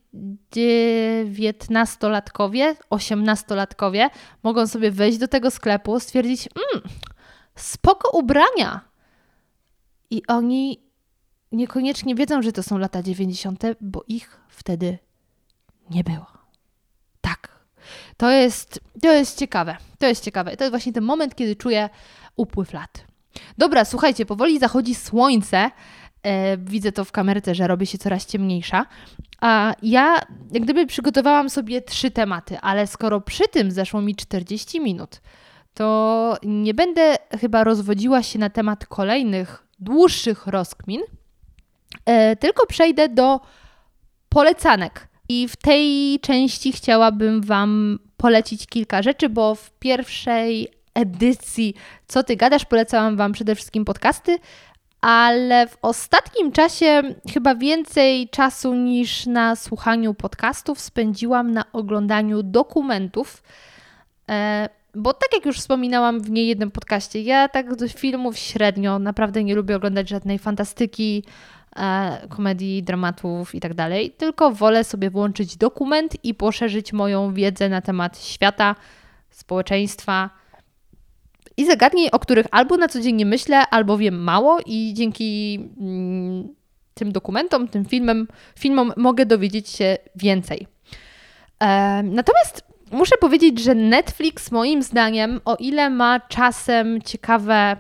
19-latkowie, 18-latkowie mogą sobie wejść do tego sklepu, stwierdzić, spoko ubrania. I oni niekoniecznie wiedzą, że to są lata 90., bo ich wtedy nie było. Tak. To jest ciekawe. To jest ciekawe. To jest właśnie ten moment, kiedy czuję upływ lat. Dobra, słuchajcie, powoli zachodzi słońce. Widzę to w kamerce, że robi się coraz ciemniejsza. A ja jak gdyby przygotowałam sobie 3 tematy, ale skoro przy tym zeszło mi 40 minut, to nie będę chyba rozwodziła się na temat kolejnych, dłuższych rozkmin, tylko przejdę do polecanek. I w tej części chciałabym Wam polecić kilka rzeczy, bo w pierwszej edycji Co Ty Gadasz polecałam Wam przede wszystkim podcasty, ale w ostatnim czasie chyba więcej czasu niż na słuchaniu podcastów spędziłam na oglądaniu dokumentów, bo tak jak już wspominałam w niejednym podcaście, ja tak do filmów średnio, naprawdę nie lubię oglądać żadnej fantastyki, komedii, dramatów i tak dalej, tylko wolę sobie włączyć dokument i poszerzyć moją wiedzę na temat świata, społeczeństwa i zagadnień, o których albo na co dzień nie myślę, albo wiem mało i dzięki tym dokumentom, tym filmom mogę dowiedzieć się więcej. Natomiast muszę powiedzieć, że Netflix moim zdaniem, o ile ma czasem ciekawe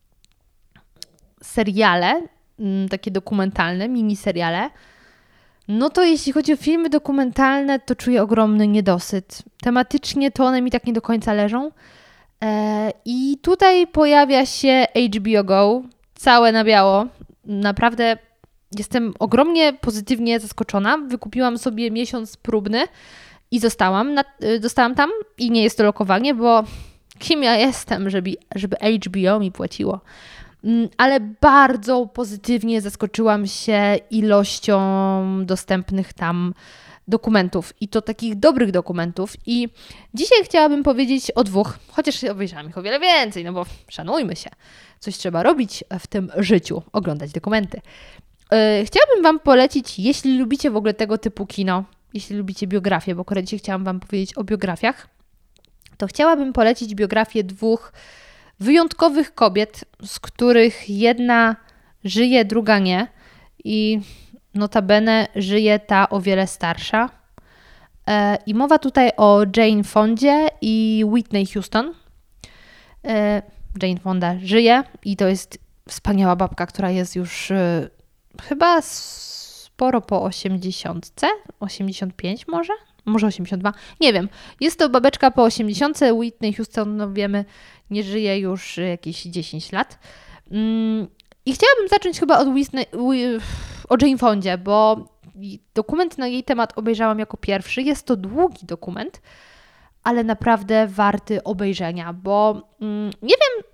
seriale, takie dokumentalne, miniseriale, to jeśli chodzi o filmy dokumentalne, to czuję ogromny niedosyt. Tematycznie to one mi tak nie do końca leżą. I tutaj pojawia się HBO Go, całe na biało. Naprawdę jestem ogromnie pozytywnie zaskoczona. Wykupiłam sobie miesiąc próbny i zostałam tam i nie jest to lokowanie, bo kim ja jestem, żeby HBO mi płaciło. Ale bardzo pozytywnie zaskoczyłam się ilością dostępnych tam dokumentów i to takich dobrych dokumentów. I dzisiaj chciałabym powiedzieć o 2, chociaż obejrzałam ich o wiele więcej, bo szanujmy się, coś trzeba robić w tym życiu, oglądać dokumenty. Chciałabym Wam polecić, jeśli lubicie w ogóle tego typu kino, jeśli lubicie biografię, bo akurat dzisiaj chciałam Wam powiedzieć o biografiach, to chciałabym polecić biografię 2 wyjątkowych kobiet, z których jedna żyje, druga nie i notabene żyje ta o wiele starsza. I mowa tutaj o Jane Fondzie i Whitney Houston. Jane Fonda żyje i to jest wspaniała babka, która jest już chyba sporo po 80, 85 może 82, nie wiem. Jest to babeczka po 80, Whitney Houston, wiemy, nie żyje już jakieś 10 lat. I chciałabym zacząć chyba o Jane Fondzie, bo dokument na jej temat obejrzałam jako pierwszy. Jest to długi dokument, ale naprawdę warty obejrzenia, bo nie wiem,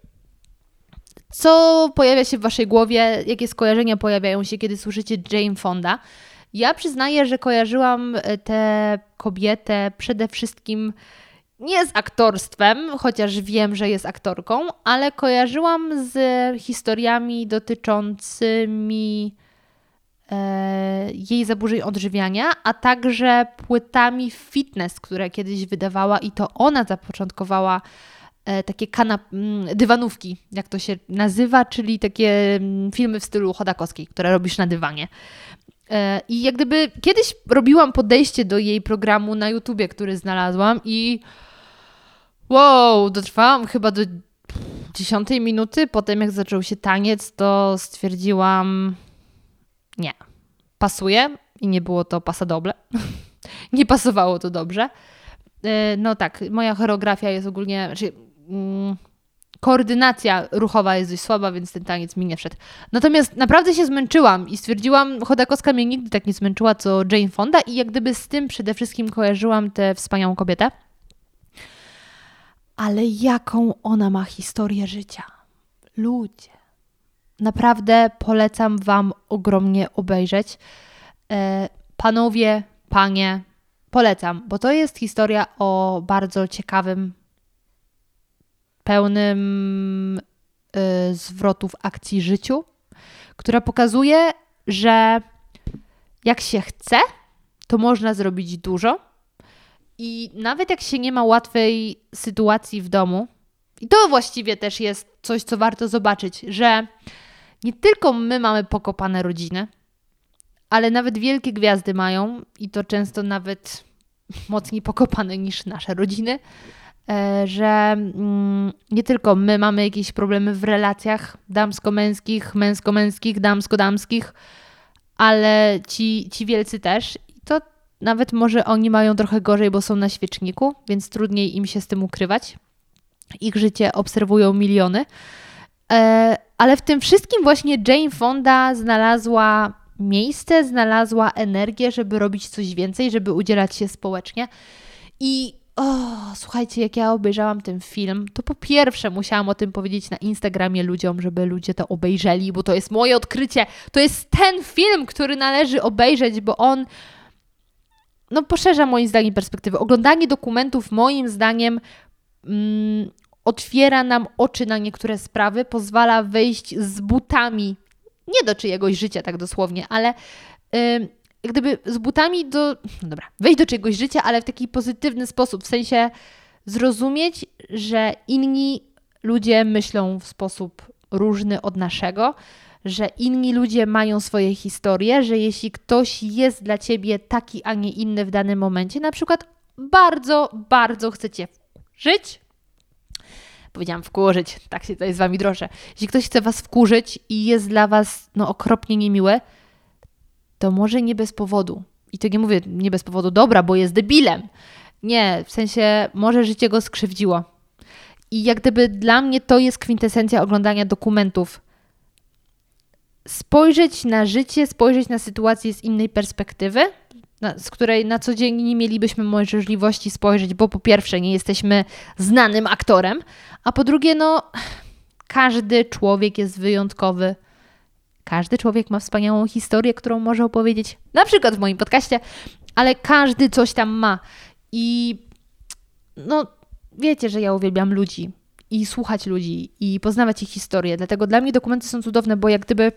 co pojawia się w Waszej głowie, jakie skojarzenia pojawiają się, kiedy słyszycie Jane Fonda. Ja przyznaję, że kojarzyłam tę kobietę przede wszystkim nie z aktorstwem, chociaż wiem, że jest aktorką, ale kojarzyłam z historiami dotyczącymi jej zaburzeń odżywiania, a także płytami fitness, które kiedyś wydawała i to ona zapoczątkowała takie dywanówki, jak to się nazywa, czyli takie filmy w stylu Chodakowskiej, które robisz na dywanie. I jak gdyby kiedyś robiłam podejście do jej programu na YouTubie, który znalazłam i dotrwałam chyba do 10 minuty. Potem jak zaczął się taniec, to stwierdziłam nie, pasuje i nie było to pasodoble. Nie pasowało to dobrze. No tak, moja choreografia jest ogólnie, koordynacja ruchowa jest dość słaba, więc ten taniec mi nie wszedł. Natomiast naprawdę się zmęczyłam i stwierdziłam, Chodakowska mnie nigdy tak nie zmęczyła, co Jane Fonda i jak gdyby z tym przede wszystkim kojarzyłam tę wspaniałą kobietę. Ale jaką ona ma historię życia. Ludzie. Naprawdę polecam Wam ogromnie obejrzeć. Panowie, panie, polecam, bo to jest historia o bardzo ciekawym, pełnym zwrotów akcji życiu, która pokazuje, że jak się chce, to można zrobić dużo i nawet jak się nie ma łatwej sytuacji w domu, i to właściwie też jest coś, co warto zobaczyć, że nie tylko my mamy pokopane rodziny, ale nawet wielkie gwiazdy mają i to często nawet mocniej pokopane niż nasze rodziny, że nie tylko my mamy jakieś problemy w relacjach damsko-męskich, męsko-męskich, damsko-damskich, ale ci wielcy też. I to nawet może oni mają trochę gorzej, bo są na świeczniku, więc trudniej im się z tym ukrywać. Ich życie obserwują miliony. Ale w tym wszystkim właśnie Jane Fonda znalazła miejsce, znalazła energię, żeby robić coś więcej, żeby udzielać się społecznie. I słuchajcie, jak ja obejrzałam ten film, to po pierwsze musiałam o tym powiedzieć na Instagramie ludziom, żeby ludzie to obejrzeli, bo to jest moje odkrycie. To jest ten film, który należy obejrzeć, bo on poszerza moim zdaniem perspektywy. Oglądanie dokumentów moim zdaniem otwiera nam oczy na niektóre sprawy, pozwala wejść z butami, nie do czyjegoś życia tak dosłownie, ale jak gdyby z butami wejść do czyjegoś życia, ale w taki pozytywny sposób, w sensie zrozumieć, że inni ludzie myślą w sposób różny od naszego, że inni ludzie mają swoje historie, że jeśli ktoś jest dla Ciebie taki, a nie inny w danym momencie, na przykład bardzo, bardzo chcecie żyć, powiedziałam wkurzyć, tak się tutaj z Wami drożę. Jeśli ktoś chce Was wkurzyć i jest dla Was okropnie niemiły, to może nie bez powodu. I to nie mówię nie bez powodu dobra, bo jest debilem. Nie, w sensie może życie go skrzywdziło. I jak gdyby dla mnie to jest kwintesencja oglądania dokumentów. Spojrzeć na życie, spojrzeć na sytuację z innej perspektywy, z której na co dzień nie mielibyśmy możliwości spojrzeć, bo po pierwsze nie jesteśmy znanym aktorem, a po drugie każdy człowiek jest wyjątkowy. Każdy człowiek ma wspaniałą historię, którą może opowiedzieć, na przykład w moim podcaście, ale każdy coś tam ma. I wiecie, że ja uwielbiam ludzi i słuchać ludzi i poznawać ich historię. Dlatego dla mnie dokumenty są cudowne, bo jak gdyby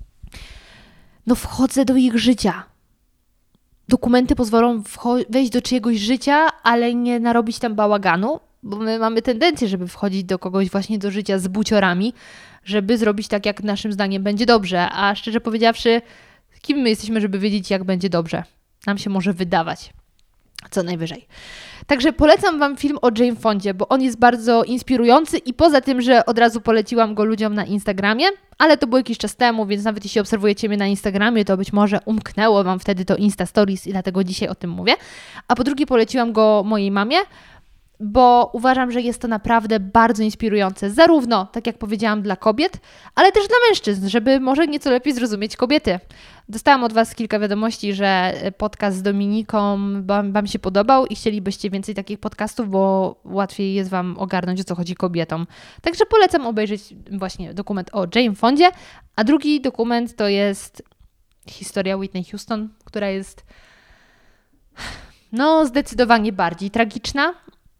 wchodzę do ich życia. Dokumenty pozwolą wejść do czyjegoś życia, ale nie narobić tam bałaganu, bo my mamy tendencję, żeby wchodzić do kogoś właśnie do życia z buciorami, żeby zrobić tak, jak naszym zdaniem będzie dobrze. A szczerze powiedziawszy, kim my jesteśmy, żeby wiedzieć, jak będzie dobrze? Nam się może wydawać. Co najwyżej. Także polecam Wam film o Jane Fondzie, bo on jest bardzo inspirujący i poza tym, że od razu poleciłam go ludziom na Instagramie, ale to było jakiś czas temu, więc nawet jeśli obserwujecie mnie na Instagramie, to być może umknęło Wam wtedy to Insta Stories i dlatego dzisiaj o tym mówię. A po drugie poleciłam go mojej mamie, bo uważam, że jest to naprawdę bardzo inspirujące, zarówno, tak jak powiedziałam, dla kobiet, ale też dla mężczyzn, żeby może nieco lepiej zrozumieć kobiety. Dostałam od Was kilka wiadomości, że podcast z Dominiką Wam się podobał i chcielibyście więcej takich podcastów, bo łatwiej jest Wam ogarnąć, o co chodzi kobietom. Także polecam obejrzeć właśnie dokument o Jane Fondzie, a drugi dokument to jest historia Whitney Houston, która jest zdecydowanie bardziej tragiczna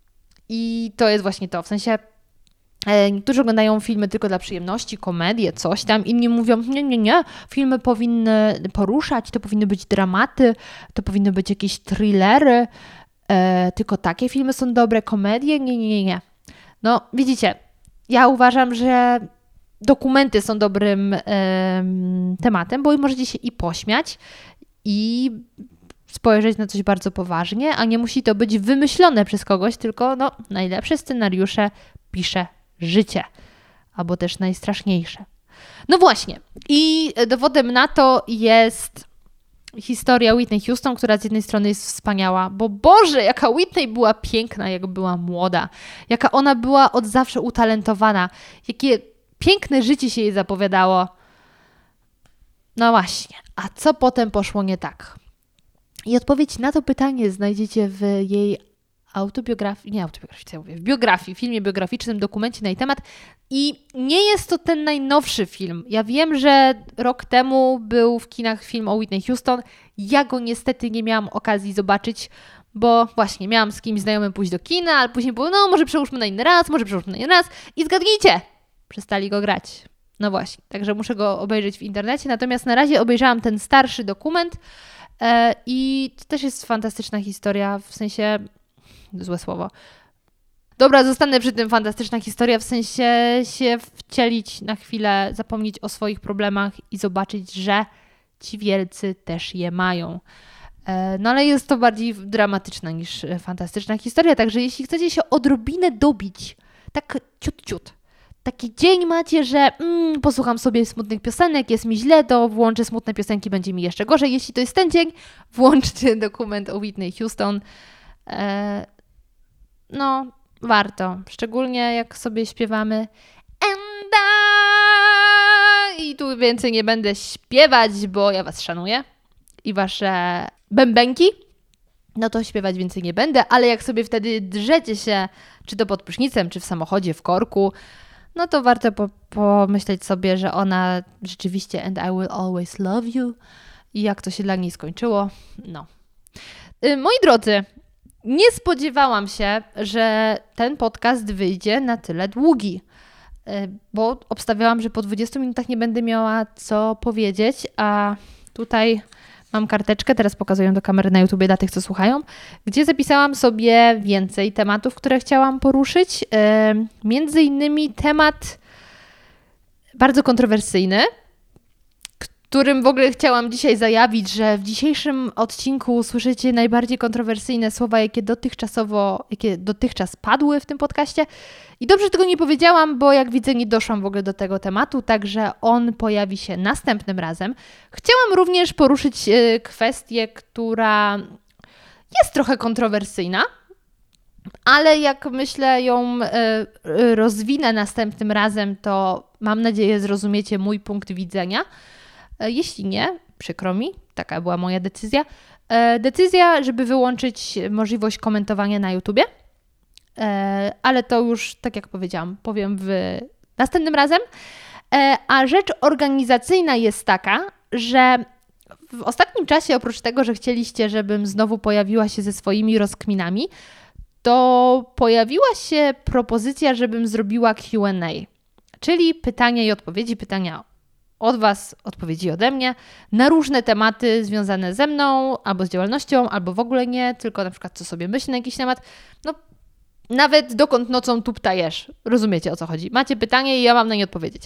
I to jest właśnie to, w sensie niektórzy oglądają filmy tylko dla przyjemności, komedię, coś tam, inni mówią, nie, filmy powinny poruszać, to powinny być dramaty, to powinny być jakieś thrillery, tylko takie filmy są dobre, komedie, nie. No widzicie, ja uważam, że dokumenty są dobrym tematem, bo możecie się i pośmiać, i spojrzeć na coś bardzo poważnie, a nie musi to być wymyślone przez kogoś, tylko najlepsze scenariusze pisze życie, albo też najstraszniejsze. No właśnie, i dowodem na to jest historia Whitney Houston, która z jednej strony jest wspaniała, bo Boże, jaka Whitney była piękna, jak była młoda, jaka ona była od zawsze utalentowana, jakie piękne życie się jej zapowiadało. No właśnie, a co potem poszło nie tak? I odpowiedź na to pytanie znajdziecie w jej w biografii, filmie biograficznym, dokumencie na jej temat. I nie jest to ten najnowszy film. Ja wiem, że rok temu był w kinach film o Whitney Houston. Ja go niestety nie miałam okazji zobaczyć, bo właśnie miałam z kimś znajomym pójść do kina, ale później było, może przełóżmy na inny raz, i zgadnijcie, przestali go grać. No właśnie, także muszę go obejrzeć w internecie, natomiast na razie obejrzałam ten starszy dokument i to też jest fantastyczna historia, w sensie, złe słowo. Dobra, zostanę przy tym, fantastyczna historia, w sensie się wcielić na chwilę, zapomnieć o swoich problemach i zobaczyć, że ci wielcy też je mają. No ale jest to bardziej dramatyczna niż fantastyczna historia, także jeśli chcecie się odrobinę dobić, tak ciut, taki dzień macie, że posłucham sobie smutnych piosenek, jest mi źle, to włączę smutne piosenki, będzie mi jeszcze gorzej. Jeśli to jest ten dzień, włączcie dokument o Whitney Houston. No, warto. Szczególnie jak sobie śpiewamy i tu więcej nie będę śpiewać, bo ja was szanuję i wasze bębenki. No to śpiewać więcej nie będę, ale jak sobie wtedy drzecie się, czy to pod prysznicem, czy w samochodzie, w korku, no to warto pomyśleć sobie, że ona rzeczywiście and I will always love you i jak to się dla niej skończyło. No. Moi drodzy, nie spodziewałam się, że ten podcast wyjdzie na tyle długi, bo obstawiałam, że po 20 minutach nie będę miała co powiedzieć, a tutaj mam karteczkę, teraz pokazuję do kamery na YouTubie dla tych, co słuchają, gdzie zapisałam sobie więcej tematów, które chciałam poruszyć. Między innymi temat bardzo kontrowersyjny, którym w ogóle chciałam dzisiaj zajawić, że w dzisiejszym odcinku usłyszycie najbardziej kontrowersyjne słowa, jakie dotychczas padły w tym podcaście. I dobrze, że tego nie powiedziałam, bo jak widzę, nie doszłam w ogóle do tego tematu, także on pojawi się następnym razem. Chciałam również poruszyć kwestię, która jest trochę kontrowersyjna, ale jak myślę ją rozwinę następnym razem, to mam nadzieję zrozumiecie mój punkt widzenia. Jeśli nie, przykro mi, taka była moja decyzja. Decyzja, żeby wyłączyć możliwość komentowania na YouTubie, ale to już, tak jak powiedziałam, powiem następnym razem. A rzecz organizacyjna jest taka, że w ostatnim czasie, oprócz tego, że chcieliście, żebym znowu pojawiła się ze swoimi rozkminami, to pojawiła się propozycja, żebym zrobiła Q&A, czyli pytania i odpowiedzi, pytania od Was, odpowiedzi ode mnie na różne tematy związane ze mną, albo z działalnością, albo w ogóle nie, tylko na przykład co sobie myślę na jakiś temat. No, nawet dokąd nocą tuptajesz. Rozumiecie, o co chodzi. Macie pytanie i ja mam na nie odpowiedzieć.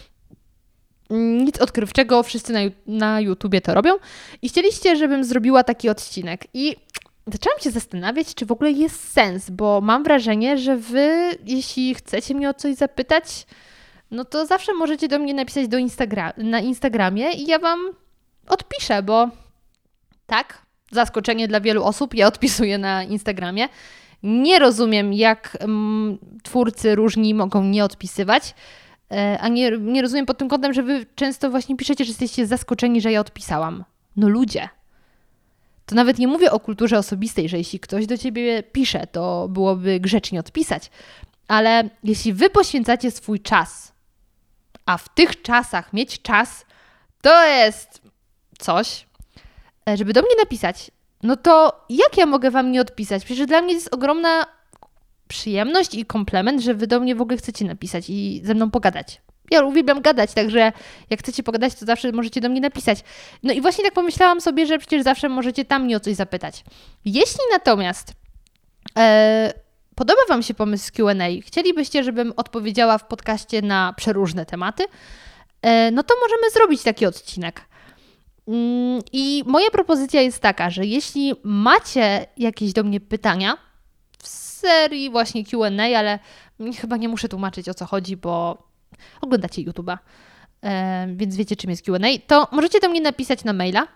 Nic odkrywczego, wszyscy na YouTubie to robią. I chcieliście, żebym zrobiła taki odcinek. I zaczęłam się zastanawiać, czy w ogóle jest sens, bo mam wrażenie, że Wy, jeśli chcecie mnie o coś zapytać, no to zawsze możecie do mnie napisać na Instagramie i ja Wam odpiszę, bo tak, zaskoczenie dla wielu osób, ja odpisuję na Instagramie. Nie rozumiem, jak twórcy różni mogą nie odpisywać, a nie rozumiem pod tym kątem, że Wy często właśnie piszecie, że jesteście zaskoczeni, że ja odpisałam. No ludzie, to nawet nie mówię o kulturze osobistej, że jeśli ktoś do Ciebie pisze, to byłoby grzecznie odpisać, ale jeśli Wy poświęcacie swój czas, a w tych czasach mieć czas, to jest coś, żeby do mnie napisać, no to jak ja mogę Wam nie odpisać? Przecież dla mnie jest ogromna przyjemność i komplement, że wy do mnie w ogóle chcecie napisać i ze mną pogadać. Ja uwielbiam gadać, także jak chcecie pogadać, to zawsze możecie do mnie napisać. No i właśnie tak pomyślałam sobie, że przecież zawsze możecie tam mnie o coś zapytać. Jeśli natomiast podoba wam się pomysł z Q&A, chcielibyście, żebym odpowiedziała w podcaście na przeróżne tematy, no to możemy zrobić taki odcinek. I moja propozycja jest taka, że jeśli macie jakieś do mnie pytania w serii właśnie Q&A, ale chyba nie muszę tłumaczyć, o co chodzi, bo oglądacie YouTube'a, więc wiecie, czym jest Q&A, to możecie do mnie napisać na maila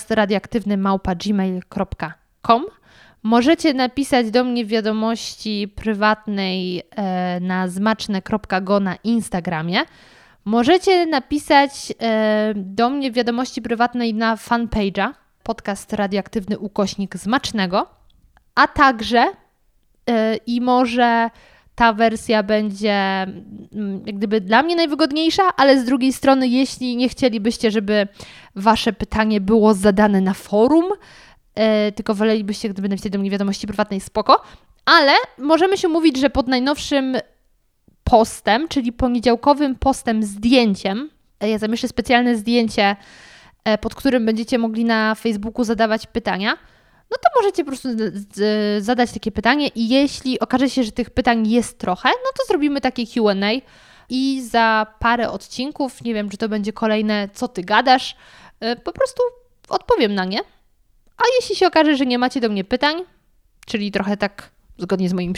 podcastradioaktywny@gmail.com. Możecie napisać do mnie w wiadomości prywatnej na zmaczne.go na Instagramie. Możecie napisać do mnie w wiadomości prywatnej na fanpage'a podcast radioaktywny /Zmacznego, a także i może ta wersja będzie jak gdyby dla mnie najwygodniejsza, ale z drugiej strony, jeśli nie chcielibyście, żeby wasze pytanie było zadane na forum, tylko wolelibyście, gdyby napisać do mnie wiadomości prywatnej, spoko, ale możemy się mówić, że pod najnowszym postem, czyli poniedziałkowym postem zdjęciem, ja zamieszczę specjalne zdjęcie, pod którym będziecie mogli na Facebooku zadawać pytania, no to możecie po prostu zadać takie pytanie i jeśli okaże się, że tych pytań jest trochę, no to zrobimy takie Q&A i za parę odcinków, nie wiem, czy to będzie kolejne co ty gadasz, po prostu odpowiem na nie. A jeśli się okaże, że nie macie do mnie pytań, czyli trochę tak zgodnie z moimi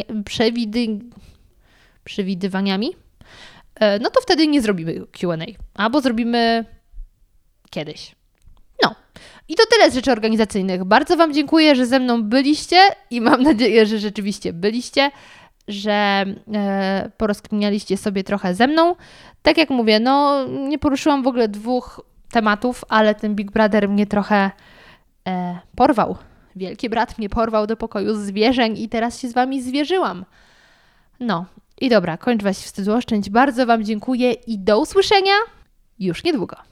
przewidywaniami, no to wtedy nie zrobimy Q&A, albo zrobimy kiedyś. No. I to tyle z rzeczy organizacyjnych. Bardzo wam dziękuję, że ze mną byliście i mam nadzieję, że rzeczywiście byliście, że porozkminialiście sobie trochę ze mną. Tak jak mówię, no nie poruszyłam w ogóle 2 tematów, ale ten Big Brother mnie trochę porwał. Wielki brat mnie porwał do pokoju zwierzeń i teraz się z wami zwierzyłam. No i dobra, kończ was wstydu oszczędź. Bardzo wam dziękuję i do usłyszenia już niedługo.